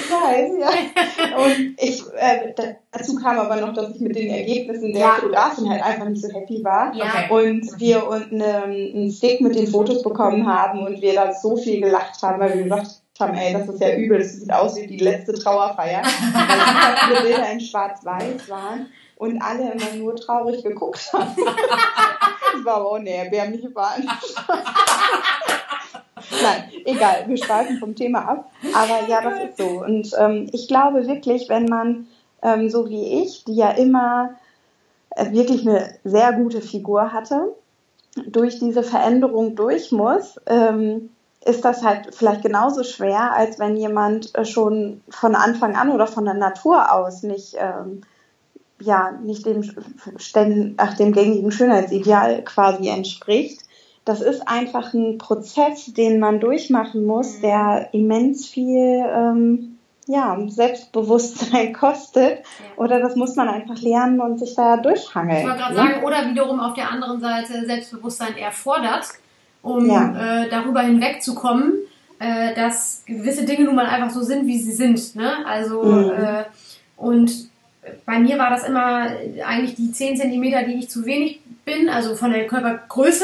Und dazu kam aber noch, dass ich mit den Ergebnissen der Fotografin halt einfach nicht so happy war. Ja. Und wir einen Stick mit den Fotos bekommen haben und wir da so viel gelacht haben, weil wir gesagt haben, ey, das ist ja übel, das sieht aus wie die letzte Trauerfeier. Weil viele Bilder in schwarz-weiß waren und alle immer nur traurig geguckt haben. Das war aber auch eine erbärmliche Veranstaltung. Nein, egal, wir schweifen vom Thema ab. Aber ja, das ist so. Und ich glaube wirklich, wenn man, so wie ich, die ja immer wirklich eine sehr gute Figur hatte, durch diese Veränderung durch muss, ist das halt vielleicht genauso schwer, als wenn jemand schon von Anfang an oder von der Natur aus nicht dem gängigen Schönheitsideal quasi entspricht. Das ist einfach ein Prozess, den man durchmachen muss, der immens viel Selbstbewusstsein kostet. Oder das muss man einfach lernen und sich da durchhangeln. Ich wollte gerade sagen, oder wiederum auf der anderen Seite Selbstbewusstsein erfordert, um darüber hinwegzukommen, dass gewisse Dinge nun mal einfach so sind, wie sie sind. Ne? Also und bei mir war das immer eigentlich die 10 Zentimeter, die ich zu wenig bin, also von der Körpergröße.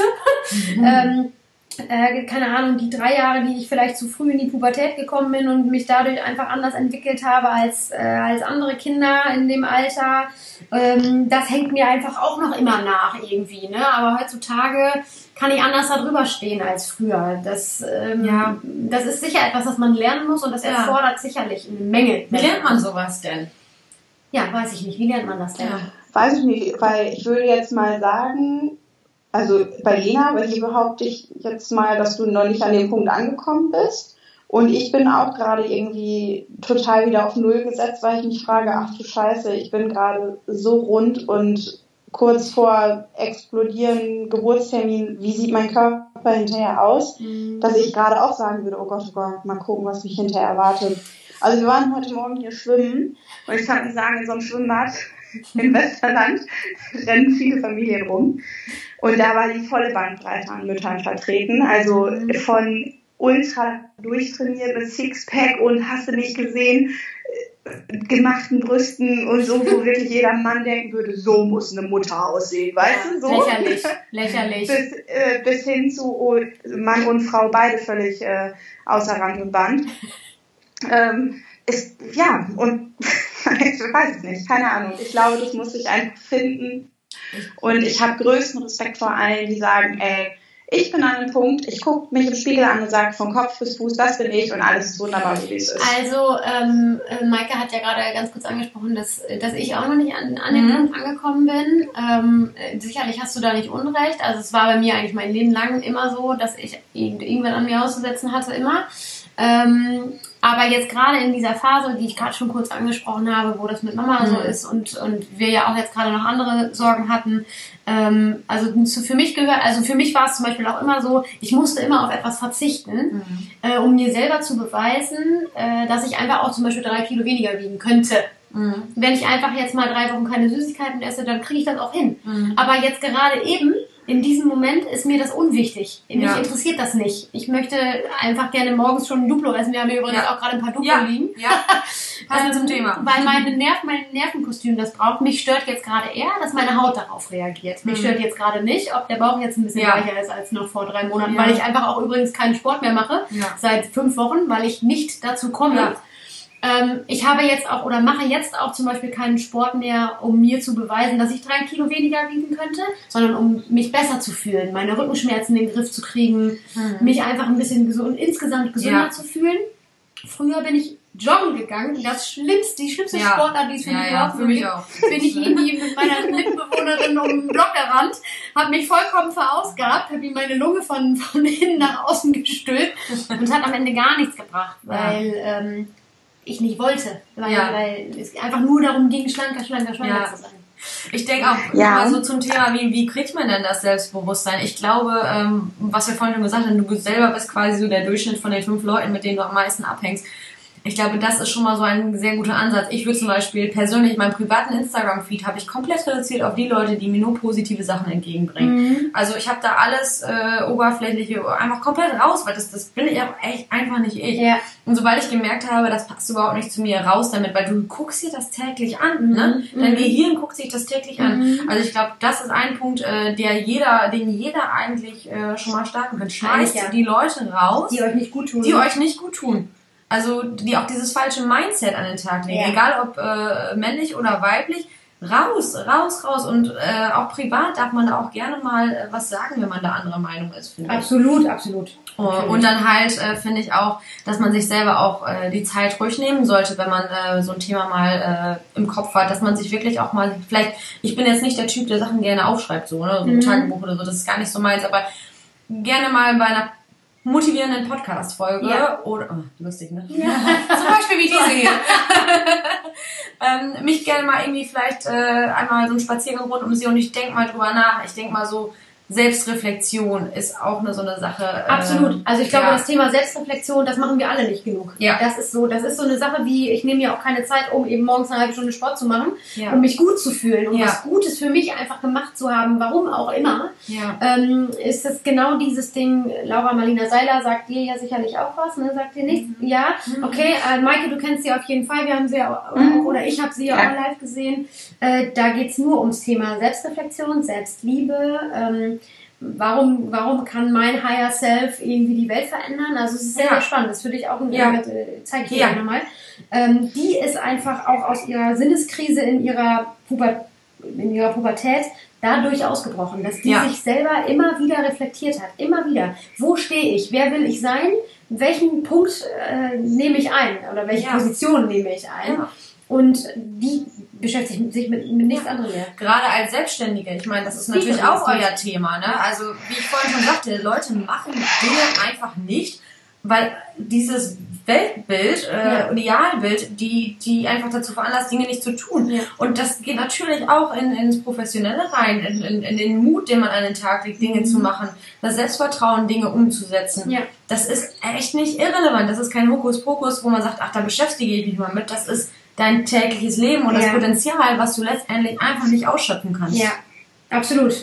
Keine Ahnung, die 3 Jahre, die ich vielleicht zu früh in die Pubertät gekommen bin und mich dadurch einfach anders entwickelt habe als andere Kinder in dem Alter. Das hängt mir einfach auch noch immer nach irgendwie. Ne? Aber heutzutage kann ich anders da drüber stehen als früher. Das ist sicher etwas, das man lernen muss und das erfordert sicherlich eine Menge. Wie lernt man sowas denn? Ja, weiß ich nicht. Wie lernt man das denn? Ja. Weiß ich nicht, weil ich würde jetzt mal sagen, also bei Lena, weil hier behaupte ich jetzt mal, dass du noch nicht an dem Punkt angekommen bist. Und ich bin auch gerade irgendwie total wieder auf Null gesetzt, weil ich mich frage, ach du Scheiße, ich bin gerade so rund und kurz vor explodieren, Geburtstermin, wie sieht mein Körper hinterher aus, dass ich gerade auch sagen würde, oh Gott, mal gucken, was mich hinterher erwartet. Also wir waren heute Morgen hier schwimmen und ich kann sagen, in so einem Schwimmbad im Westerland rennen viele Familien rum und da war die volle Bandbreite an Müttern vertreten, also von ultra durchtrainiert mit Sixpack und hast du nicht gesehen, gemachten Brüsten und so, wo wirklich jeder Mann denken würde, so muss eine Mutter aussehen, weißt du? So. Lächerlich. Bis hin zu Mann und Frau beide völlig außer Rand und Band. Und ich weiß es nicht, keine Ahnung. Ich glaube, das muss ich einfach finden. Und ich habe größten Respekt vor allen, die sagen, ey, ich bin an einem Punkt, ich gucke mich im Spiegel an und sage von Kopf bis Fuß, das bin ich und alles ist wunderbar, wie es ist. Also, Maike hat ja gerade ganz kurz angesprochen, dass ich auch noch nicht an den Punkt angekommen bin. Sicherlich hast du da nicht Unrecht. Also es war bei mir eigentlich mein Leben lang immer so, dass ich irgendwann an mir auszusetzen hatte, immer. Aber jetzt gerade in dieser Phase, die ich gerade schon kurz angesprochen habe, wo das mit Mama so ist und wir ja auch jetzt gerade noch andere Sorgen hatten, für mich war es zum Beispiel auch immer so, ich musste immer auf etwas verzichten, um mir selber zu beweisen, dass ich einfach auch zum Beispiel 3 Kilo weniger wiegen könnte. Wenn ich einfach jetzt mal 3 Wochen keine Süßigkeiten esse, dann kriege ich das auch hin. Aber jetzt gerade eben in diesem Moment ist mir das unwichtig. Mich interessiert das nicht. Ich möchte einfach gerne morgens schon ein Duplo essen. Wir haben hier übrigens auch gerade ein paar Duplo liegen. Ja, passend zum Thema. Weil mein Nervenkostüm das braucht. Mich stört jetzt gerade eher, dass meine Haut darauf reagiert. Mich stört jetzt gerade nicht, ob der Bauch jetzt ein bisschen weicher ist als noch vor 3 Monaten, weil ich einfach auch übrigens keinen Sport mehr mache. Seit 5 Wochen, weil ich nicht dazu komme. Ich habe jetzt auch oder mache jetzt auch zum Beispiel keinen Sport mehr, um mir zu beweisen, dass ich 3 Kilo weniger wiegen könnte, sondern um mich besser zu fühlen, meine Rückenschmerzen in den Griff zu kriegen, mich einfach ein bisschen insgesamt gesünder zu fühlen. Früher bin ich joggen gegangen, die schlimmste Sportart, die es für mich auch. Bin ich irgendwie mit meiner Mitbewohnerin um den Block gerannt, habe mich vollkommen verausgabt, habe ihm meine Lunge von innen nach außen gestülpt und es hat am Ende gar nichts gebracht, weil ich nicht wollte, weil es einfach nur darum ging, schlanker zu sein. Ich denke auch, mal so zum Thema, wie kriegt man denn das Selbstbewusstsein? Ich glaube, was wir vorhin schon gesagt haben, du selber bist quasi so der Durchschnitt von den 5 Leuten, mit denen du am meisten abhängst. Ich glaube, das ist schon mal so ein sehr guter Ansatz. Ich würde zum Beispiel persönlich meinen privaten Instagram-Feed habe ich komplett reduziert auf die Leute, die mir nur positive Sachen entgegenbringen. Also ich habe da alles Oberflächliche einfach komplett raus, weil das bin ich echt einfach nicht ich. Ja. Und sobald ich gemerkt habe, das passt überhaupt nicht zu mir, raus damit, weil du guckst dir das täglich an, ne? Dein Gehirn guckt sich das täglich an. Also ich glaube, das ist ein Punkt, den jeder eigentlich schon mal starten kann. Schmeißt die Leute raus, die euch nicht gut tun. Also die auch dieses falsche Mindset an den Tag legen, egal ob männlich oder weiblich, raus. Und auch privat darf man da auch gerne mal was sagen, wenn man da anderer Meinung ist, finde ich. Absolut. Und dann halt finde ich auch, dass man sich selber auch die Zeit ruhig nehmen sollte, wenn man so ein Thema mal im Kopf hat, dass man sich wirklich auch mal, vielleicht, ich bin jetzt nicht der Typ, der Sachen gerne aufschreibt, so ein Tagebuch oder so, das ist gar nicht so meins, aber gerne mal bei einer motivierenden Podcast-Folge oder lustig, ne? Ja. Zum Beispiel wie diese hier. Mich gerne mal irgendwie vielleicht einmal so einen Spaziergang rund um sie und ich denke mal drüber nach. Ich denke mal so, Selbstreflexion ist auch so eine Sache. Absolut. Also ich glaube, das Thema Selbstreflexion, das machen wir alle nicht genug. Ja. Das ist so eine Sache wie, ich nehme mir auch keine Zeit, um eben morgens eine halbe Stunde Sport zu machen, um mich gut zu fühlen, um was Gutes für mich einfach gemacht zu haben, warum auch immer. Ja. Ist es genau dieses Ding, Laura Marlina Seiler sagt dir ja sicherlich auch was, ne? Sagt dir nichts? Ja. Okay, Maike, du kennst sie auf jeden Fall, wir haben sie ja auch, oder ich habe sie ja auch live gesehen. Da geht's nur ums Thema Selbstreflexion, Selbstliebe, warum kann mein Higher Self irgendwie die Welt verändern? Also es ist sehr, sehr spannend. Das würde ich auch zeige ich dir nochmal. Die ist einfach auch aus ihrer Sinneskrise in ihrer Pubertät dadurch ausgebrochen, dass die sich selber immer wieder reflektiert hat. Immer wieder. Wo stehe ich? Wer will ich sein? Welchen Punkt nehme ich ein? Oder welche Position nehme ich ein? Ja. Und die beschäftigt sich mit nichts anderem mehr. Gerade als Selbstständige, ich meine, das ist natürlich auch euer Thema, ne? Also, wie ich vorhin schon sagte, Leute machen Dinge einfach nicht, weil dieses Weltbild, Idealbild, die einfach dazu veranlasst, Dinge nicht zu tun. Ja. Und das geht natürlich auch ins Professionelle rein, in den Mut, den man an den Tag legt, Dinge zu machen, das Selbstvertrauen, Dinge umzusetzen. Ja. Das ist echt nicht irrelevant. Das ist kein Hokuspokus, wo man sagt, ach, da beschäftige ich mich mal mit. Das ist dein tägliches Leben und das Potenzial, was du letztendlich einfach nicht ausschöpfen kannst. Ja, absolut.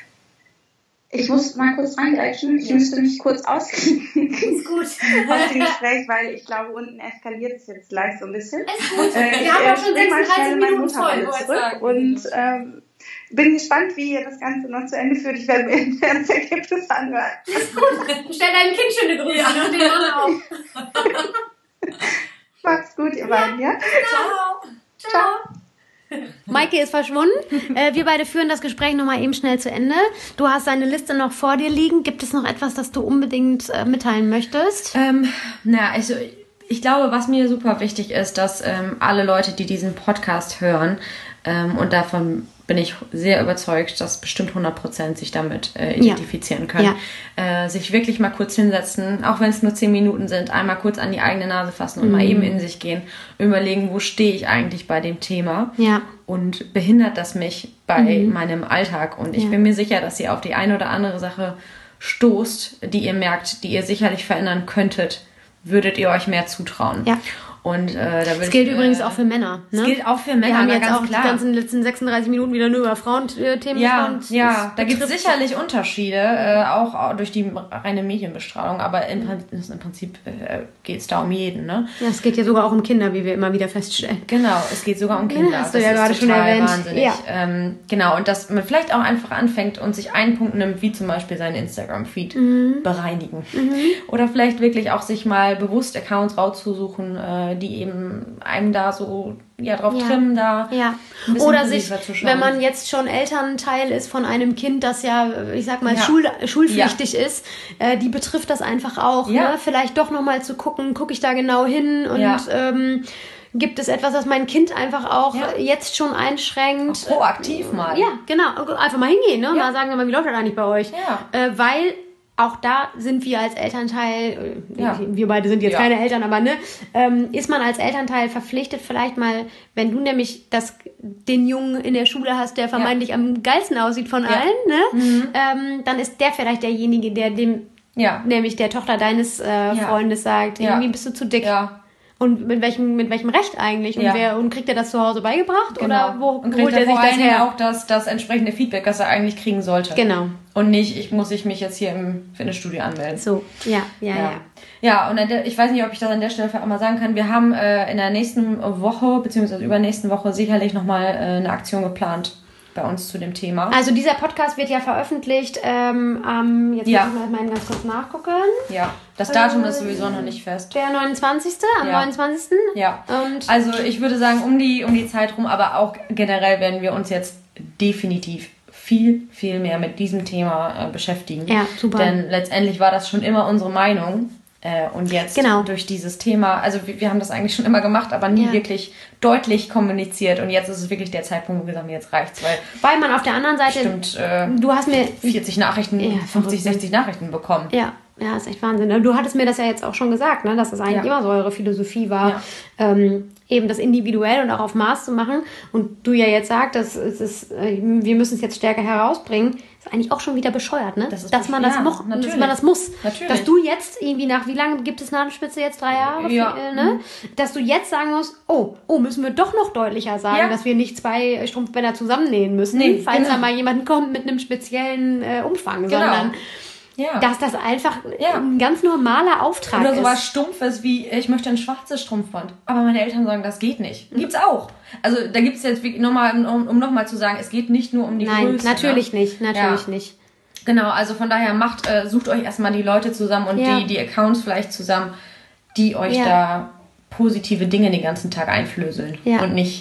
Ich muss mal kurz reingreifen. Ich müsste mich kurz ausklinken. Ist gut. Aus dem Gespräch, weil ich glaube, unten eskaliert es jetzt gleich so ein bisschen. Ist gut. Wir haben ja schon 36 Minuten voll. Zurück und bin gespannt, wie ihr das Ganze noch zu Ende führt. Ich werde mir ein Fernsehergebnis anhören. Ist gut. Stell deinem Kind schöne Grüße und den Mann auch. Macht's gut, ihr beiden, ja? Ciao. Maike ist verschwunden. Wir beide führen das Gespräch nochmal eben schnell zu Ende. Du hast deine Liste noch vor dir liegen. Gibt es noch etwas, das du unbedingt mitteilen möchtest? Also ich glaube, was mir super wichtig ist, dass alle Leute, die diesen Podcast hören, und davon bin ich sehr überzeugt, dass bestimmt 100% sich damit identifizieren können. Ja. Sich wirklich mal kurz hinsetzen, auch wenn es nur 10 Minuten sind, einmal kurz an die eigene Nase fassen und mal eben in sich gehen, überlegen, wo stehe ich eigentlich bei dem Thema und behindert das mich bei meinem Alltag. Und ich bin mir sicher, dass ihr auf die eine oder andere Sache stoßt, die ihr merkt, die ihr sicherlich verändern könntet, würdet ihr euch mehr zutrauen. Ja. Und das gilt übrigens auch für Männer. Ne? Das gilt auch für Männer. Wir haben jetzt ganz auch klar. die ganzen letzten 36 Minuten wieder nur über Frauenthemen gesprochen. Ja, da gibt es sicherlich Unterschiede, auch durch die reine Medienbestrahlung, aber im Prinzip geht es da um jeden. Ne? Ja, es geht ja sogar auch um Kinder, wie wir immer wieder feststellen. Genau, es geht sogar um Kinder. Hast du ja gerade schon erwähnt. Wahnsinnig. Ja. Genau, und dass man vielleicht auch einfach anfängt und sich einen Punkt nimmt, wie zum Beispiel seinen Instagram-Feed bereinigen. Oder vielleicht wirklich auch sich mal bewusst Accounts rauszusuchen, die eben einem da so drauf trimmen, da ein bisschen oder sich, zu schauen. wenn man jetzt schon Elternteil ist von einem Kind, das ja, ich sag mal, schulpflichtig ist, die betrifft das einfach auch. Ne? Vielleicht doch nochmal zu gucken, gucke ich da genau hin und gibt es etwas, das mein Kind einfach auch jetzt schon einschränkt? Auch proaktiv mal. Ja, genau. Einfach mal hingehen, ne? Mal sagen, wie läuft das eigentlich bei euch? Ja. Weil auch da sind wir als Elternteil, wir beide sind jetzt keine Eltern, aber ist man als Elternteil verpflichtet, vielleicht mal, wenn du nämlich den Jungen in der Schule hast, der vermeintlich am geilsten aussieht von allen, dann ist der vielleicht derjenige, der nämlich der Tochter deines Freundes sagt, irgendwie bist du zu dick. Ja. Und mit welchem Recht eigentlich? Und kriegt er das zu Hause beigebracht? Genau. Oder wo und kriegt holt er sich vor das allen her? Dingen auch das entsprechende Feedback, das er eigentlich kriegen sollte. Genau. Und nicht, muss ich mich jetzt hier im Fitnessstudio anmelden. So, ja. Ja, und ich weiß nicht, ob ich das an der Stelle für einmal sagen kann. Wir haben in der nächsten Woche, beziehungsweise übernächsten Woche sicherlich nochmal eine Aktion geplant bei uns zu dem Thema. Also dieser Podcast wird ja veröffentlicht jetzt muss ich mal ganz kurz nachgucken. Ja, das Datum ist sowieso noch nicht fest. Der 29. Am 29. Ja, und also ich würde sagen um die Zeit rum, aber auch generell werden wir uns jetzt definitiv viel, viel mehr mit diesem Thema beschäftigen. Ja, super. Denn letztendlich war das schon immer unsere Meinung. Und jetzt durch dieses Thema, also wir haben das eigentlich schon immer gemacht, aber nie wirklich deutlich kommuniziert. Und jetzt ist es wirklich der Zeitpunkt, wo wir sagen, jetzt reicht's. Weil man auf der anderen Seite, du hast mir 40 Nachrichten, 50, 60 Nachrichten bekommen. Ja, ist echt Wahnsinn. Du hattest mir das ja jetzt auch schon gesagt, ne, dass das eigentlich immer so eure Philosophie war, eben das individuell und auch auf Maß zu machen. Und du ja jetzt sagst, wir müssen es jetzt stärker herausbringen, ist eigentlich auch schon wieder bescheuert, ne? Dass man das muss. Natürlich. Dass du jetzt irgendwie wie lange gibt es Nadelspitze jetzt? 3 Jahre? Ne? Dass du jetzt sagen musst, müssen wir doch noch deutlicher sagen, dass wir nicht 2 Strumpfbänder zusammennähen müssen, falls da mal jemand kommt mit einem speziellen Umfang, sondern dass das einfach ein ganz normaler Auftrag ist. Oder sowas Stumpfes wie, ich möchte ein schwarzes Strumpfband. Aber meine Eltern sagen, das geht nicht. Gibt's auch. Also da gibt's jetzt nochmal, um nochmal zu sagen, es geht nicht nur um die Größe. Nein, natürlich nicht. Genau, also von daher sucht euch erstmal die Leute zusammen und die Accounts vielleicht zusammen, die euch da positive Dinge den ganzen Tag einflößeln. Und nicht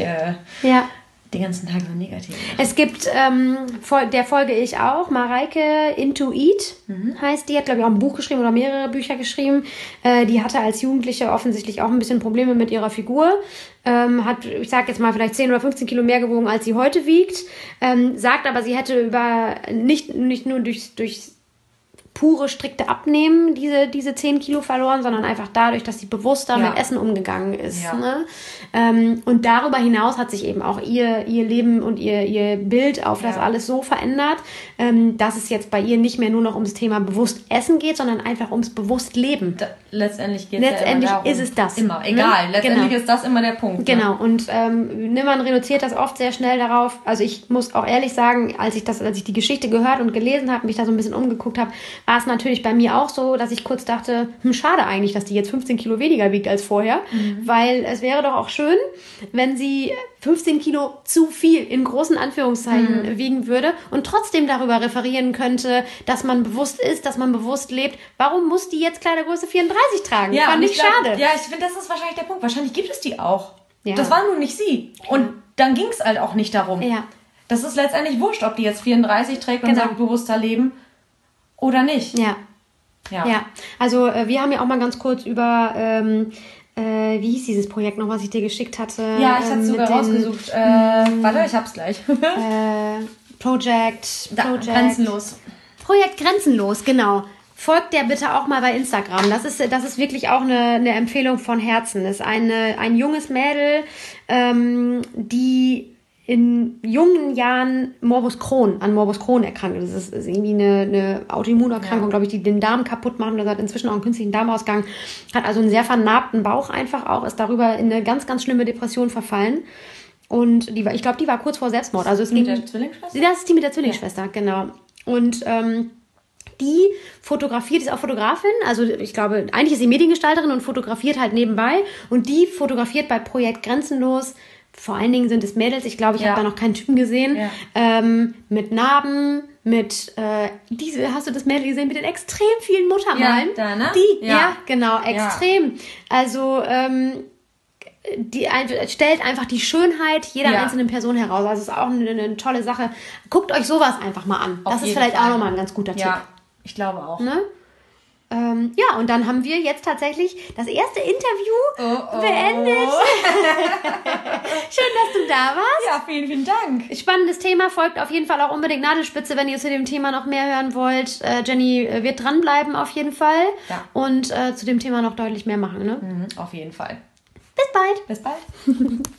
den ganzen Tag so negativ. Es gibt, der folge ich auch, Mareike Into Eat heißt die, hat glaube ich auch ein Buch geschrieben oder mehrere Bücher geschrieben. Die hatte als Jugendliche offensichtlich auch ein bisschen Probleme mit ihrer Figur. Hat, ich sag jetzt mal, vielleicht 10 oder 15 Kilo mehr gewogen, als sie heute wiegt. Sagt aber, sie hätte nicht nur durch pure, strikte Abnehmen diese 10 Kilo verloren, sondern einfach dadurch, dass sie bewusster mit Essen umgegangen ist. Ja. Ne? Und darüber hinaus hat sich eben auch ihr Leben und ihr Bild auf das alles so verändert, dass es jetzt bei ihr nicht mehr nur noch ums Thema bewusst Essen geht, sondern einfach ums bewusst Leben. Letztendlich geht es Letztendlich ja immer darum, ist es das. Immer, egal. Ne? Letztendlich ist das immer der Punkt. Genau. Und man reduziert das oft sehr schnell darauf. Also ich muss auch ehrlich sagen, als ich die Geschichte gehört und gelesen habe, mich da so ein bisschen umgeguckt habe, war es natürlich bei mir auch so, dass ich kurz dachte, schade eigentlich, dass die jetzt 15 Kilo weniger wiegt als vorher, weil es wäre doch auch schön, wenn sie 15 Kilo zu viel in großen Anführungszeichen wiegen würde und trotzdem darüber referieren könnte, dass man bewusst ist, dass man bewusst lebt. Warum muss die jetzt Kleidergröße 34 tragen? Ja, fand ich schade. Ja, ich finde, das ist wahrscheinlich der Punkt. Wahrscheinlich gibt es die auch. Ja. Das war nun nicht sie. Und dann ging es halt auch nicht darum. Ja. Das ist letztendlich wurscht, ob die jetzt 34 trägt und sagt, bewusster leben oder nicht. Ja. Also wir haben ja auch mal ganz kurz über, wie hieß dieses Projekt noch, was ich dir geschickt hatte? Ja, ich hatte es sogar rausgesucht. Warte, ich hab's gleich. Projekt Grenzenlos. Projekt Grenzenlos, genau. Folgt der bitte auch mal bei Instagram. Das ist wirklich auch eine Empfehlung von Herzen. Das ist ein junges Mädel, die in jungen Jahren an Morbus Crohn erkrankt. Das ist irgendwie eine Autoimmunerkrankung, glaube ich, die den Darm kaputt macht. Das hat inzwischen auch einen künstlichen Darmausgang. Hat also einen sehr vernarbten Bauch einfach auch, ist darüber in eine ganz, ganz schlimme Depression verfallen. Und ich glaube, die war kurz vor Selbstmord. Also es mit ging, der Zwillingsschwester? Das ist die mit der Zwillingsschwester, genau. Und die fotografiert, ist auch Fotografin, also ich glaube, eigentlich ist sie Mediengestalterin und fotografiert halt nebenbei. Und die fotografiert bei Projekt Grenzenlos. Vor allen Dingen sind es Mädels, ich glaube, ich habe da noch keinen Typen gesehen, mit Narben, mit, hast du das Mädel gesehen, mit den extrem vielen Muttermalen? Ja, da, ne? Genau, extrem. Ja. Also, die stellt einfach die Schönheit jeder einzelnen Person heraus. Also, es ist auch eine tolle Sache. Guckt euch sowas einfach mal an. Das ist vielleicht auch nochmal ein ganz guter Tipp. Ja, ich glaube auch. Ne? Und dann haben wir jetzt tatsächlich das erste Interview beendet. Schön, dass du da warst. Ja, vielen, vielen Dank. Spannendes Thema, folgt auf jeden Fall auch unbedingt Nadelspitze, wenn ihr zu dem Thema noch mehr hören wollt. Jenny wird dranbleiben auf jeden Fall und zu dem Thema noch deutlich mehr machen. Ne? Auf jeden Fall. Bis bald. Bis bald.